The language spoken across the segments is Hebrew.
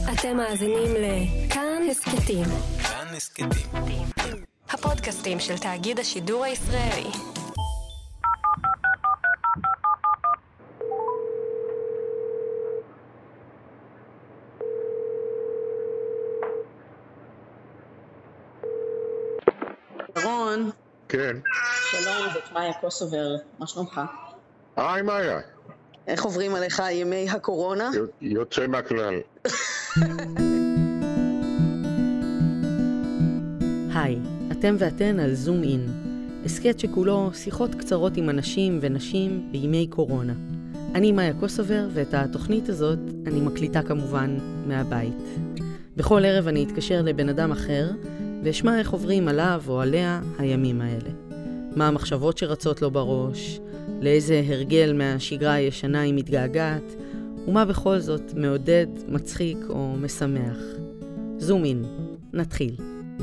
אתם מאזינים לכאן הסכתים. כאן הסכתים. הפודקאסטים של תאגיד השידור הישראלי. רון. כן. שלום, זאת מאיה קוסובר. מה שלומך? היי מאיה. איך עוברים עליך ימי הקורונה? יוצא מהכלל. היי, אתם ואתן על זום אין. הסכת שכולו שיחות קצרות עם אנשים ונשים בימי קורונה. אני מאיה קוסובר, ואת התוכנית הזאת אני מקליטה כמובן מהבית. בכל ערב אני אתקשר לבן אדם אחר, ואשמע איך עוברים עליו או עליה הימים האלה. מה המחשבות שרצות לו בראש, לאיזה הרגל מהשגרה הישנה היא מתגעגעת, ומה בכל זאת מעודד, מצחיק או משמח. זום אין, נתחיל.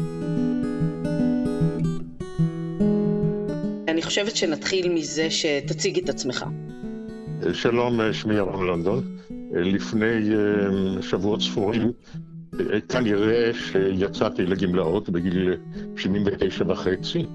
אני חושבת שנתחיל מזה שתציג את עצמך. שלום, שמי ירון לונדון. לפני שבועות ספורים, כנראה שיצאתי לגמלאות בגיל 79.5,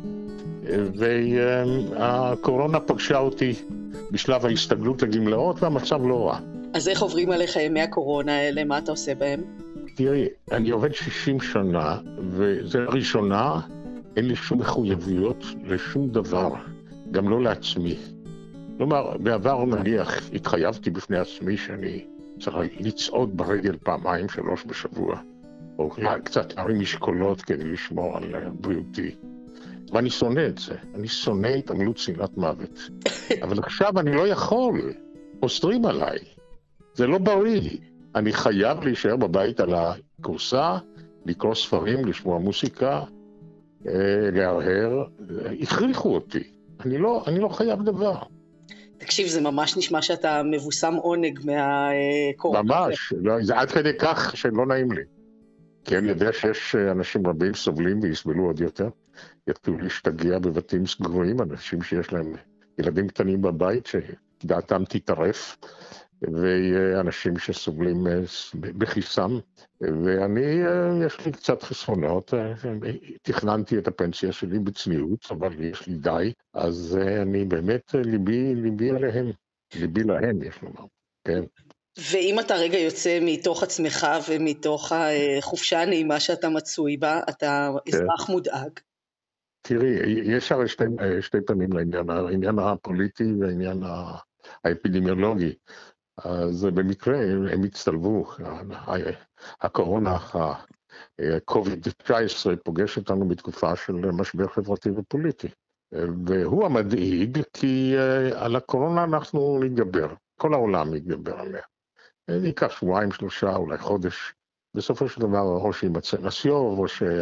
והקורונה פגשה אותי בשלב ההסתגלות לגמלאות, והמצב לא רע. אז איך עוברים עליך ימי הקורונה האלה? מה אתה עושה בהם? תראי, אני עובד 60 שנה, וזה לראשונה, אין לי שום מחויבויות לשום דבר, גם לא לעצמי. כלומר, בעבר נניח התחייבתי בפני עצמי שאני צריך לצעוד ברגל 2-3 בשבוע, או קצת להרים משקולות כדי לשמור על בריאותי. ואני שונא את זה, אני שונא התעמלות שנאת מוות. אבל עכשיו אני לא יכול, אוסרים עליי. זה לא בריא. אני חייב להישאר בבית על הכורסה, לקרוא ספרים, לשמוע מוסיקה, להרהר. הכריחו אותי. אני לא חייב דבר. תקשיב, זה ממש נשמע שאתה מבוסם עונג מהקורונה. ממש, זה עד כדי כך שלא נעים לי. כי אני יודע שיש אנשים רבים סובלים ויסבלו עוד יותר. יתחילו להשתגע בבתים סגורים, אנשים שיש להם ילדים קטנים בבית שדעתם תתערף, ואנשים שסובלים בכיסם. ואני, יש לי קצת חסרונות, תכננתי את הפנסיה שלי בצניעות, אבל יש לי די, אז אני באמת, ליבי עליהם, ליבי להם, יש לומר, כן. ואם אתה רגע יוצא מתוך עצמך ומתוך החופשה הנעימה שאתה מצוי בה, אתה אזרח מודאג? תראי, יש הרי שתי פנים לעניין, העניין הפוליטי והעניין האפידמיולוגי. אז במקרה הם הצטלבו, הקורונה, ה-COVID-19 פוגש אותנו בתקופה של משבר חברתי ופוליטי. והוא המדאיג, כי על הקורונה אנחנו נתגבר, כל העולם נתגבר עליה. זה ייקח 2-3, אולי חודש. בסופו של דבר, או שימצא נסיוב, או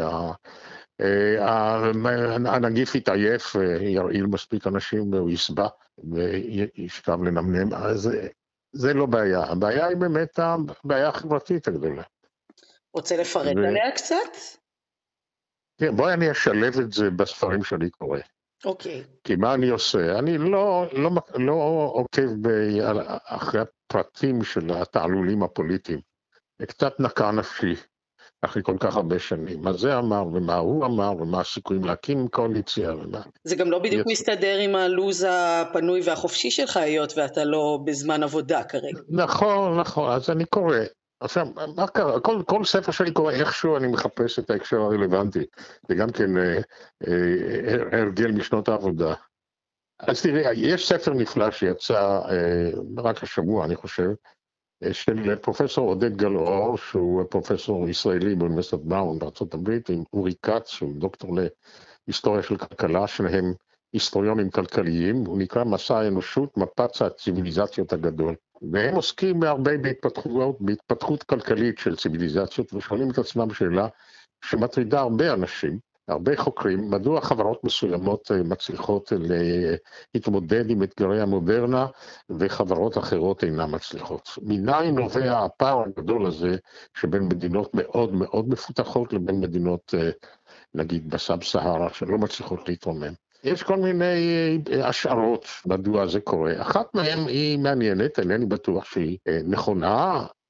שהנגיף יתעייף, ירעיל מספיק אנשים, והוא יסבע, וישכב לנמנם. אז זה לא בעיה. הבעיה היא באמת הבעיה החברתית הגדולה. רוצה לפרט עליה קצת? כן, בואי אני אשלב את זה בספרים שאני קורא. אוקיי. כי מה אני עושה? אני לא עוקב אחרי הפרטים של התעלולים הפוליטיים. קצת נקע נפשי, אחרי כל כך הרבה שנים. מה זה אמר, ומה הוא אמר, ומה הסיכויים להקים קואליציה, ומה... זה גם לא בדיוק מסתדר עם הלוז הפנוי והחופשי שלך, היות ואתה לא בזמן עבודה כרגע. נכון, אז אני קורא. עכשיו, מה קרה? כל ספר שאני קורא, איכשהו אני מחפש את ההקשר הרלוונטי. זה גם כן הרגל משנות העבודה. אז תראה, יש ספר נפלא שיצא רק השבוע, אני חושב, של פרופסור עודד גלאור, שהוא פרופסור ישראלי באוניברסיטת בראון בארצות הברית, עם אורי כץ, שהוא דוקטור להיסטוריה של כלכלה, שניהם היסטוריונים כלכליים. הוא נקרא מסע האנושות, מפץ הציביליזציות הגדול. והם עוסקים בהרבה בהתפתחות כלכלית של ציביליזציות, ושואלים את עצמם שאלה שמטרידה הרבה אנשים, הרבה חוקרים, מדוע חברות מסוימות מצליחות להתמודד עם אתגרי המודרנה, וחברות אחרות אינן מצליחות. מניין נובע הפער הגדול הזה, שבין מדינות מאוד מאוד מפותחות, לבין מדינות, נגיד, בסאב סהרה, שלא מצליחות להתרומם. יש כל מיני השערות מדוע זה קורה. אחת מהן היא מעניינת, אינני בטוח שהיא נכונה,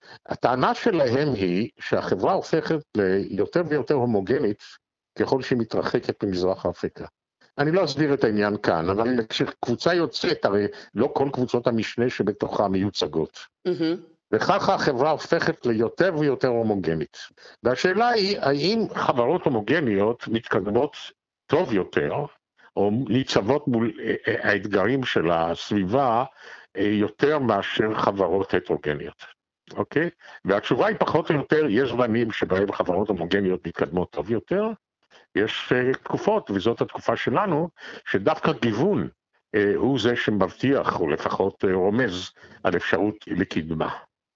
הטענה שלהם היא שהחברה הופכת ליותר ויותר הומוגנית ככל שהיא מתרחקת ממזרח אפריקה. אני לא אסביר את העניין כאן, אבל כשקבוצה יוצאת, הרי לא כל קבוצות המשנה שבתוכה מיוצגות. וככה החברה הופכת ליותר ויותר הומוגנית. והשאלה היא, האם חברות הומוגניות מתקדמות טוב יותר, או ניצבות מול האתגרים של הסביבה יותר מאשר חברות הטרוגניות. אוקיי? והתשובה היא פחות או יותר, יש זמנים שבהם חברות הומוגניות מתקדמות טוב יותר, יש תקופות, וזאת התקופה שלנו, שדווקא גיוון הוא זה שמבטיח, או לפחות רומז, על אפשרות לקדמה.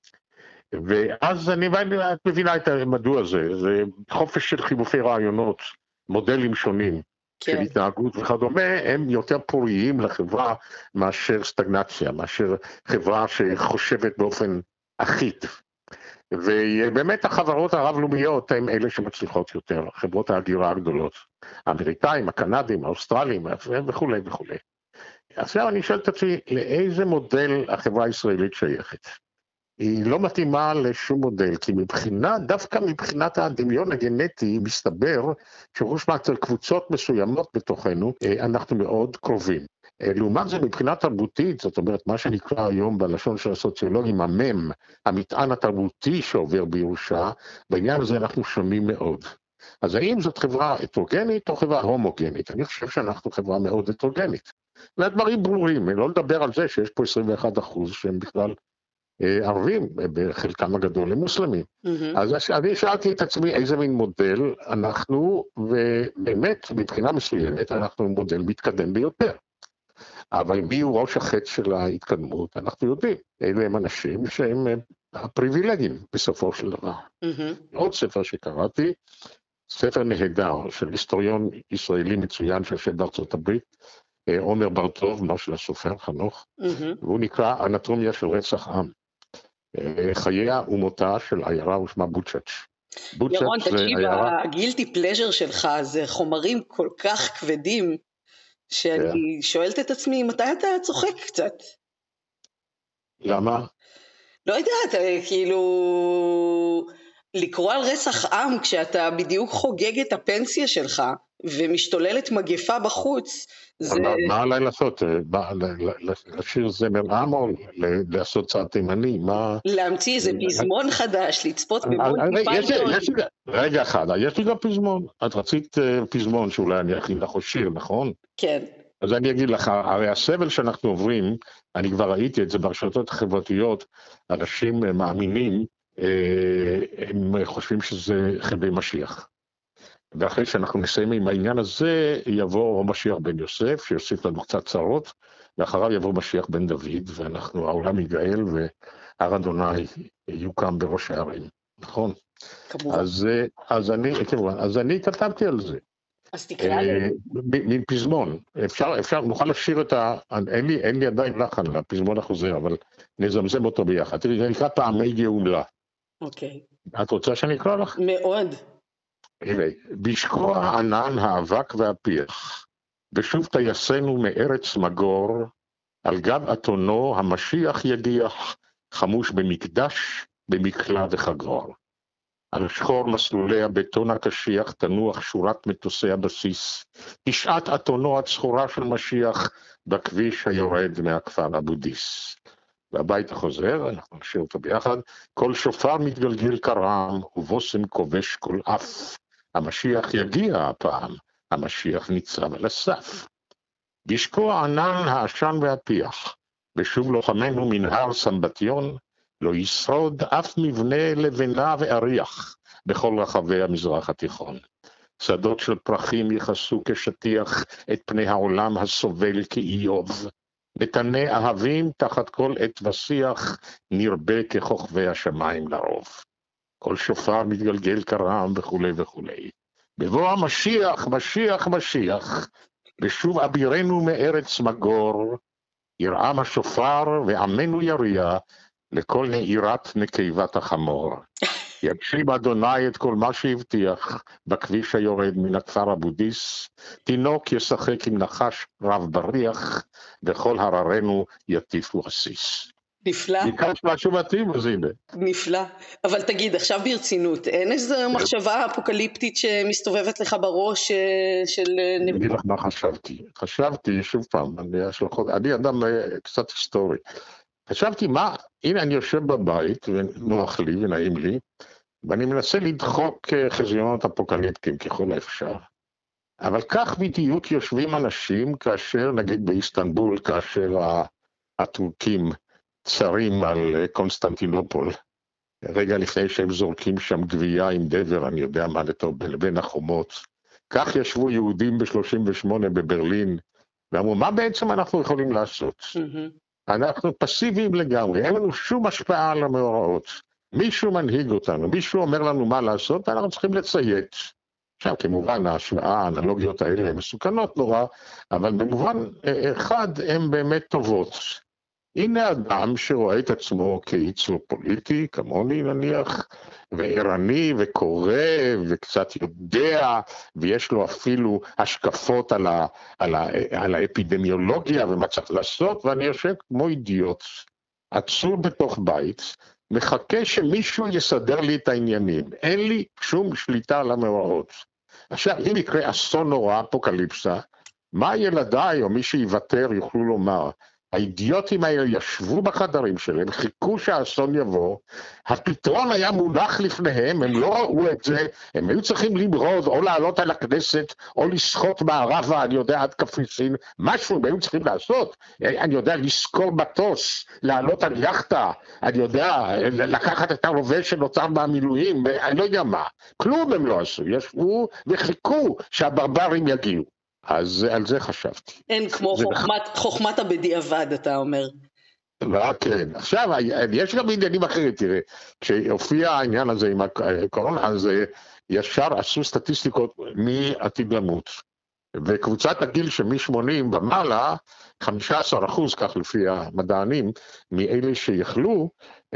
ואז את מבינה את מדוע זה חופש של חיבופי רעיונות, מודלים שונים, של התנהגות וכדומה, הם יותר פוריים לחברה מאשר סטגנציה, מאשר חברה שחושבת באופן אחיד. ובאמת החברות הרב-לאומיות הן אלה שמצליחות יותר, חברות ההגירה הגדולות, האמריקאים, הקנדים, האוסטרלים וכו' וכו'. עכשיו אני שואל את עצמי, לאיזה מודל החברה הישראלית שייכת? היא לא מתאימה לשום מודל, כי דווקא מבחינת הדמיון הגנטי, מסתבר שראש מעצר קבוצות מסוימות בתוכנו, אנחנו מאוד קרובים. לעומת זה מבחינה תרבותית, זאת אומרת מה שנקרא היום בלשון של הסוציולוגים, המטען התרבותי שעובר בירושה, בעניין הזה אנחנו שונים מאוד. אז האם זאת חברה הטרוגנית או חברה הומוגנית? אני חושב שאנחנו חברה מאוד הטרוגנית. והדברים ברורים, לא לדבר על זה שיש פה 21% שהם בכלל ערבים, בחלקם הגדול למוסלמים. אז אני שאלתי את עצמי איזה מין מודל אנחנו, ובאמת מבחינה מסוימת אנחנו מודל מתקדם ביותר. אבל מי הוא ראש החץ של ההתקדמות, אנחנו יודעים. אלה הם אנשים שהם הפריבילגים בסופו של דבר. עוד ספר שקראתי, ספר נהדר של היסטוריון ישראלי מצוין שיושב בארצות הברית, עומר בר-טוב, בנו של הסופר חנוך, והוא נקרא אנטומיה של רצח עם. חייה ומותה של עיירה ושמה בוצ'ץ'. ירון, תקשיב, הגילטי פלז'ר שלך זה חומרים כל כך כבדים, שאני שואלת את עצמי, מתי אתה צוחק קצת? למה? לא יודעת, כאילו, לקרוא על רצח עם כשאתה בדיוק חוגג את הפנסיה שלך, ומשתוללת מגפה בחוץ, זה... מה עליי לעשות? לשיר זמר עם או לעשות צעד תימני? להמציא איזה פזמון חדש, לצפות במונטי פייתון. רגע אחד, יש לי גם פזמון. את רצית פזמון שאולי אני אכין לך שיר, נכון? כן. אז אני אגיד לך, הרי הסבל שאנחנו עוברים, אני כבר ראיתי את זה ברשתות החברתיות, אנשים מאמינים, הם חושבים שזה חבי משיח. ואחרי שאנחנו נסיים עם העניין הזה, יבוא משיח בן יוסף, שיוסיף לנו קצת צרות, ואחריו יבוא משיח בן דוד, ואנחנו, העולם יגאל, והר אדוני יוקם בראש הערים, נכון? כמובן. אז אני כתבתי על זה. אז תקרא לי. מין פזמון, אפשר, נוכל לשיר אין לי עדיין לחן לפזמון החוזר, אבל נזמזם אותו ביחד. תראי, זה נקרא פעמי גאולה. אוקיי. את רוצה שאני אקרא לך? מאוד. הנה, בשקוע ענן האבק והפיח, ושוב תייסנו מארץ מגור, על גב אתונו המשיח יגיח, חמוש במקדש, במקלע וחגור. על שחור מסלולי הבטון הקשיח תנוח שורת מטוסי הבסיס, תשעת אתונו הצחורה של משיח, בכביש היורד מהכפר אבו-דיס. והבית החוזר, אנחנו נשאיר אותו ביחד, כל שופר מתגלגל קרם, ובוסם כובש כל אף. המשיח יגיע הפעם, המשיח ניצב על הסף. בשקוע ענן העשן והפיח, ושוב לוחמנו מנהר סמבטיון, לא ישרוד אף מבנה לבנה ואריח בכל רחבי המזרח התיכון. שדות של פרחים יכסו כשטיח את פני העולם הסובל כאיוב. נתני אהבים תחת כל עת ושיח, נרבה ככוכבי השמיים לרוב. כל שופר מתגלגל קרם וכו' וכו'. בבוא המשיח, משיח, משיח, ושוב אבירנו מארץ מגור, ירעם השופר ועמנו יריע, לכל נעירת נקבת החמור. יגשים אדוני את כל מה שהבטיח, בכביש היורד מן הכפר אבו-דיס, תינוק ישחק עם נחש רב בריח, וכל הררנו יטיפו עסיס. נפלא. ביקשת משהו מתאים, אז הנה. נפלא. אבל תגיד, עכשיו ברצינות, אין איזו מחשבה אפוקליפטית שמסתובבת לך בראש של... אני אגיד לך מה חשבתי, שוב פעם, אני אדם קצת היסטורי. חשבתי הנה אני יושב בבית, ונוח לי ונעים לי, ואני מנסה לדחוק חזיונות אפוקליפטיים ככל האפשר. אבל כך בדיוק יושבים אנשים כאשר, נגיד באיסטנבול, כאשר הטורקים צרים על קונסטנטינופול, רגע לפני שהם זורקים שם גבייה עם דבר, אני יודע מה לבין החומות. כך ישבו יהודים ב-38 בברלין, ואמרו, מה בעצם אנחנו יכולים לעשות? אנחנו פסיביים לגמרי, אין לנו שום השפעה על המאורעות. מישהו מנהיג אותנו, מישהו אומר לנו מה לעשות, ואנחנו צריכים לציית. עכשיו, כמובן, האנלוגיות האלה הן מסוכנות נורא, אבל במובן אחד הן באמת טובות. הנה אדם שרואה את עצמו כיצור פוליטי, כמוני נניח, וערני וקורא וקצת יודע, ויש לו אפילו השקפות על האפידמיולוגיה ומה צריך לעשות, ואני יושב כמו אידיוט, עצור בתוך בית, מחכה שמישהו יסדר לי את העניינים. אין לי שום שליטה על המאורעות. עכשיו, אם יקרה אסון נורא, אפוקליפסה, מה ילדיי או מי שיוותר יוכלו לומר? האידיוטים האלה ישבו בחדרים שלהם, חיכו שהאסון יבוא, הפתרון היה מונח לפניהם, הם לא ראו את זה, הם היו צריכים למרוד או לעלות על הכנסת, או לשחות מערבה, אני יודע, עד קפריסין, משהו הם היו צריכים לעשות, אני יודע, לשכור מטוס, לעלות על יחטה, אני יודע, לקחת את הרובה שנוצר מהמילואים, אני לא יודע מה, כלום הם לא עשו, ישבו וחיכו שהברברים יגיעו. אז על זה חשבתי. אין כמו חוכמת הבדיעבד, אתה אומר. כן. עכשיו, יש גם עניינים אחרים, תראה, כשהופיע העניין הזה עם הקורונה, אז ישר עשו סטטיסטיקות מעתיד למות. וקבוצת הגיל שמ-80 ומעלה, 15%, כך לפי המדענים, מאלה שיכלו,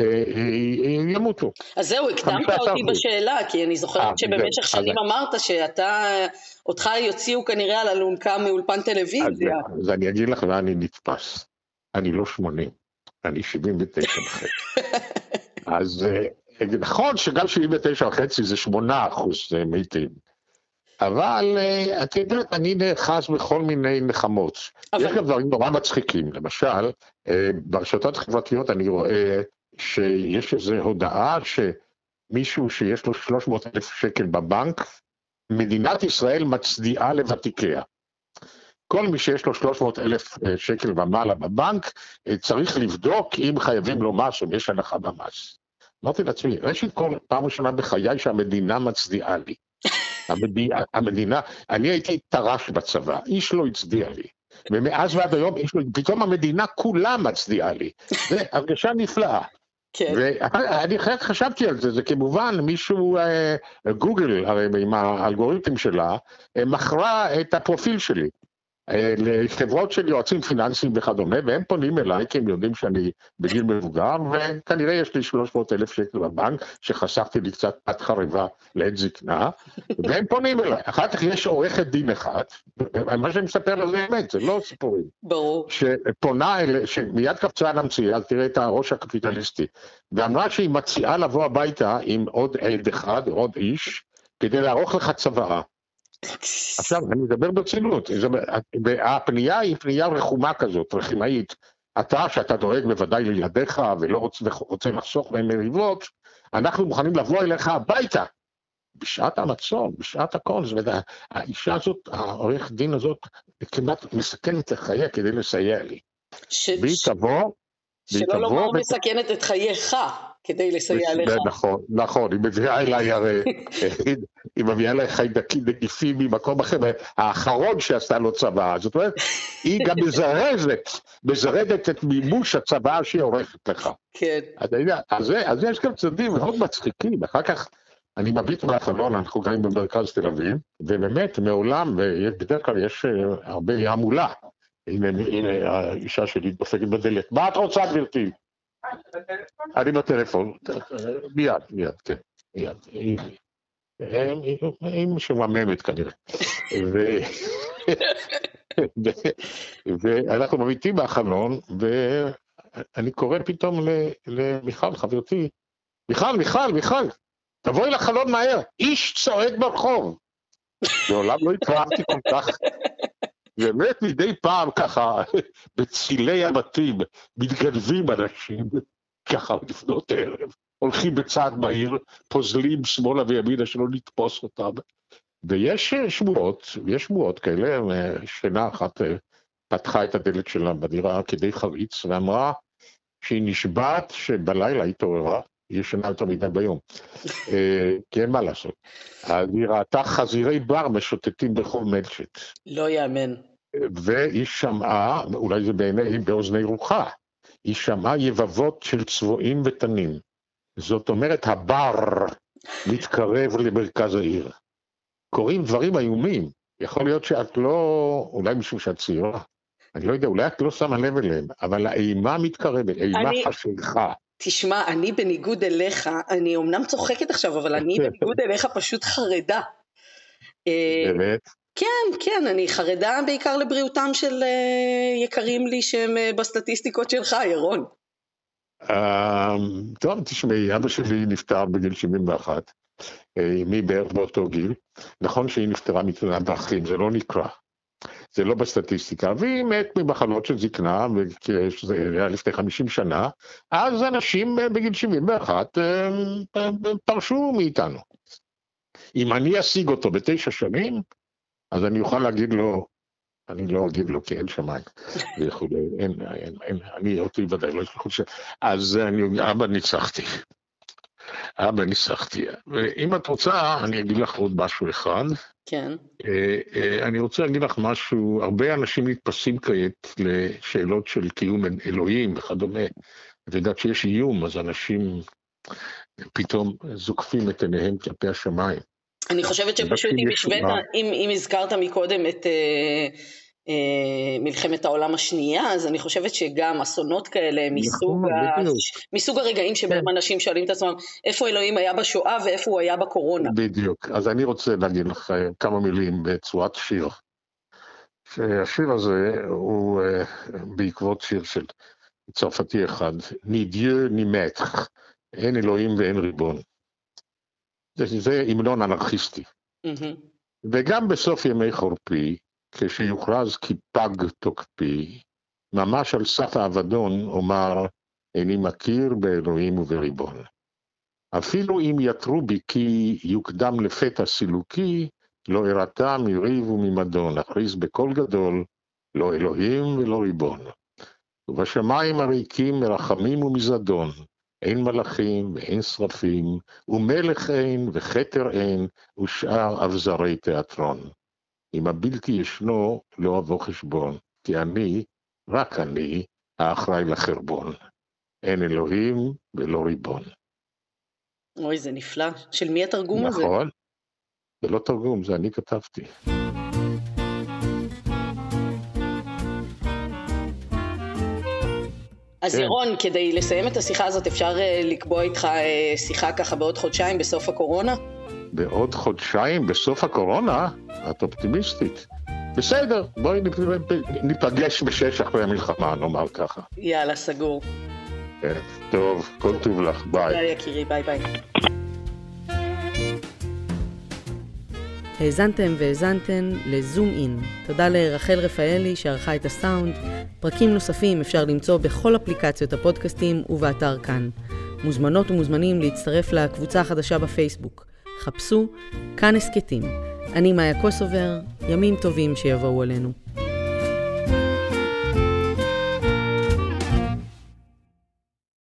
ימותו. אז זהו, הקדמת אותי בשאלה, כי אני זוכרת שבמשך שנים אמרת אותך יוציאו כנראה על אלונקה מאולפן טלוויזיה. אז אני אגיד לך מה אני נתפס. אני לא 80, אני 79.5. אז נכון שגם 79.5 זה 8% מתים. אבל את יודעת, אני נאחז בכל מיני נחמות. יש גם דברים נורא מצחיקים. למשל, ברשתות החברתיות אני רואה שיש איזו הודעה שמישהו שיש לו 300,000 שקל בבנק, מדינת ישראל מצדיעה לוותיקיה. כל מי שיש לו 300,000 שקל ומעלה בבנק, צריך לבדוק אם חייבים לו מס או יש הנחה במס. אמרתי לעצמי, ראשית כל פעם ראשונה בחיי שהמדינה מצדיעה לי. המדינה, אני הייתי תרש בצבא, איש לא הצדיע לי, ומאז ועד היום פתאום המדינה כולה מצדיעה לי, זה הרגשה נפלאה. ואני חשבתי על זה, זה כמובן מישהו, גוגל, הרי עם האלגוריתם שלה, מכרה את הפרופיל שלי, לחברות של יועצים פיננסיים וכדומה, והם פונים אליי, כי הם יודעים שאני בגיל מבוגר, וכנראה יש לי 300,000 שקל בבנק, שחסכתי לי קצת פת חריבה לעת זקנה, והם פונים אליי. אחר כך יש עורכת דין אחת, מה שאני מספר על זה אמת, זה לא סיפורים. ברור. שפונה אליי, שמיד קפצה על המציאה, תראה את הראש הקפיטליסטי, ואמרה שהיא מציעה לבוא הביתה עם עוד עד אחד, עוד איש, כדי לערוך לך צוואה. עכשיו, אני מדבר ברצינות, הפנייה היא פנייה רחומה כזאת, רחימאית. אתה, שאתה דואג בוודאי לילדיך ולא רוצה לחסוך בהם מריבות, אנחנו מוכנים לבוא אליך הביתה, בשעת המצור, בשעת הכל. זאת אומרת, האישה הזאת, העורך דין הזאת, כמעט מסכנת את חייה כדי לסייע לי. והיא תבוא, שלא לומר מסכנת את חייך כדי לסייע לך. נכון, היא מביאה אליי הרי, היא מביאה אליי חיידקים נגיפים ממקום אחר, האחרון שעשתה לו צבא, זאת אומרת, היא גם מזרדת את מימוש הצבא שהיא עורכת לך. כן. אז יש גם צדדים מאוד מצחיקים, אחר כך אני מביט מהחלון, אנחנו גרים במרכז תל אביב, ובאמת מעולם, ובדרך כלל יש הרבה המולה, הנה האישה שלי דופקת בדלת, מה את רוצה גברתי? אני בטלפון, מיד, כן, מיד, היא משוממת כנראה, ואנחנו מביטים מהחלון, אני קורא פתאום למיכל, חברתי, מיכל, תבואי לחלון מהר, איש צועק ברחוב. בעולם לא התרעתי כל כך. באמת מדי פעם ככה, בצילי הבתים, מתגנבים אנשים, ככה לפנות ערב, הולכים בצעד מהיר, פוזלים שמאלה וימינה שלא נתפוס אותם. ויש שמועות כאלה, שנה אחת פתחה את הדלת שלה בדירה כדי חריץ, ואמרה שהיא נשבעת שבלילה היא תעוררה, היא ישנה יותר מדי ביום. כי אין מה לעשות. אז היא ראתה חזירי בר משוטטים ברחוב מלצ'ט. לא יאמן. והיא שמעה, אולי זה באוזני רוחה, היא שמעה יבבות של צבועים ותנים. זאת אומרת, הבר מתקרב למרכז העיר. קוראים דברים איומים. יכול להיות שאת לא, אולי משום שאת צעירה, אני לא יודע, אולי את לא שמה לב אליהם, אבל האימה מתקרבת, אימה חשיכה. תשמע, אני בניגוד אליך, אני אומנם צוחקת עכשיו, אבל אני בניגוד אליך פשוט חרדה. באמת? כן, אני חרדה בעיקר לבריאותם של יקרים לי שהם בסטטיסטיקות שלך, ירון. טוב, תשמעי, אבא שלי נפטר בגיל 71, מי בערך באותו גיל, נכון שהיא נפטרה מתאונת דרכים, זה לא נקרא, זה לא בסטטיסטיקה, והיא מת ממחלות של זקנה, וזה היה לפני 50 שנה, אז אנשים בגיל 71 פרשו מאיתנו. אם אני אשיג אותו ב9 שנים, אז אני אוכל להגיד לו, אני לא אגיד לו כי אין שמיים, אני אותי ודאי לא ישלחו ש... אז אבא ניצחתי. ואם את רוצה, אני אגיד לך עוד משהו אחד. כן. אני רוצה להגיד לך משהו, הרבה אנשים מתפסים כעת לשאלות של קיום אלוהים וכדומה. את יודעת שיש איום, אז אנשים פתאום זוקפים את עיניהם כלפי השמיים. אני חושבת שפשוט אם הזכרת מקודם את מלחמת העולם השנייה, אז אני חושבת שגם אסונות כאלה מסוג הרגעים שבהם אנשים שואלים את עצמם איפה אלוהים היה בשואה ואיפה הוא היה בקורונה. בדיוק, אז אני רוצה להגיד לך כמה מילים בצורת שיר. שהשיר הזה הוא בעקבות שיר של צרפתי אחד, ni Dieu ni maître, אין אלוהים ואין ריבון. זה המנון אנרכיסטי. וגם בסוף ימי חורפי, כשיוכרז כי פג תוקפי, ממש על סף האבדון אומר, איני מכיר באלוהים ובריבון. אפילו אם יתרו בי כי יוקדם לפתע סילוקי, לא הראתה מריב וממדון, אכריז בקול גדול, לא אלוהים ולא ריבון. ובשמיים הריקים מרחמים ומזדון, אין מלאכים ואין שרפים, ומלך אין וכתר אין, ושאר אבזרי תיאטרון. אם הבלתי ישנו, לא אבוא חשבון, כי אני, רק אני, האחראי לחרבון. אין אלוהים ולא ריבון. אוי, זה נפלא. של מי התרגום הזה? נכון. זה לא תרגום, זה אני כתבתי. אז ירון, כדי לסיים את השיחה הזאת, אפשר לקבוע איתך שיחה ככה בעוד חודשיים בסוף הקורונה? בעוד חודשיים בסוף הקורונה? את אופטימיסטית. בסדר, בואי ניפגש ב6 אחרי המלחמה, נאמר ככה. יאללה, סגור. טוב, כל טוב לך, ביי. ביי יקירי, ביי ביי. האזנתם והאזנתן לזום אין. תודה לרחל רפאלי שערכה את הסאונד. פרקים נוספים אפשר למצוא בכל אפליקציות הפודקאסטים ובאתר כאן. מוזמנות ומוזמנים להצטרף לקבוצה החדשה בפייסבוק. חפשו כאן הסקטים. אני מאיה קוסובר, ימים טובים שיבואו עלינו.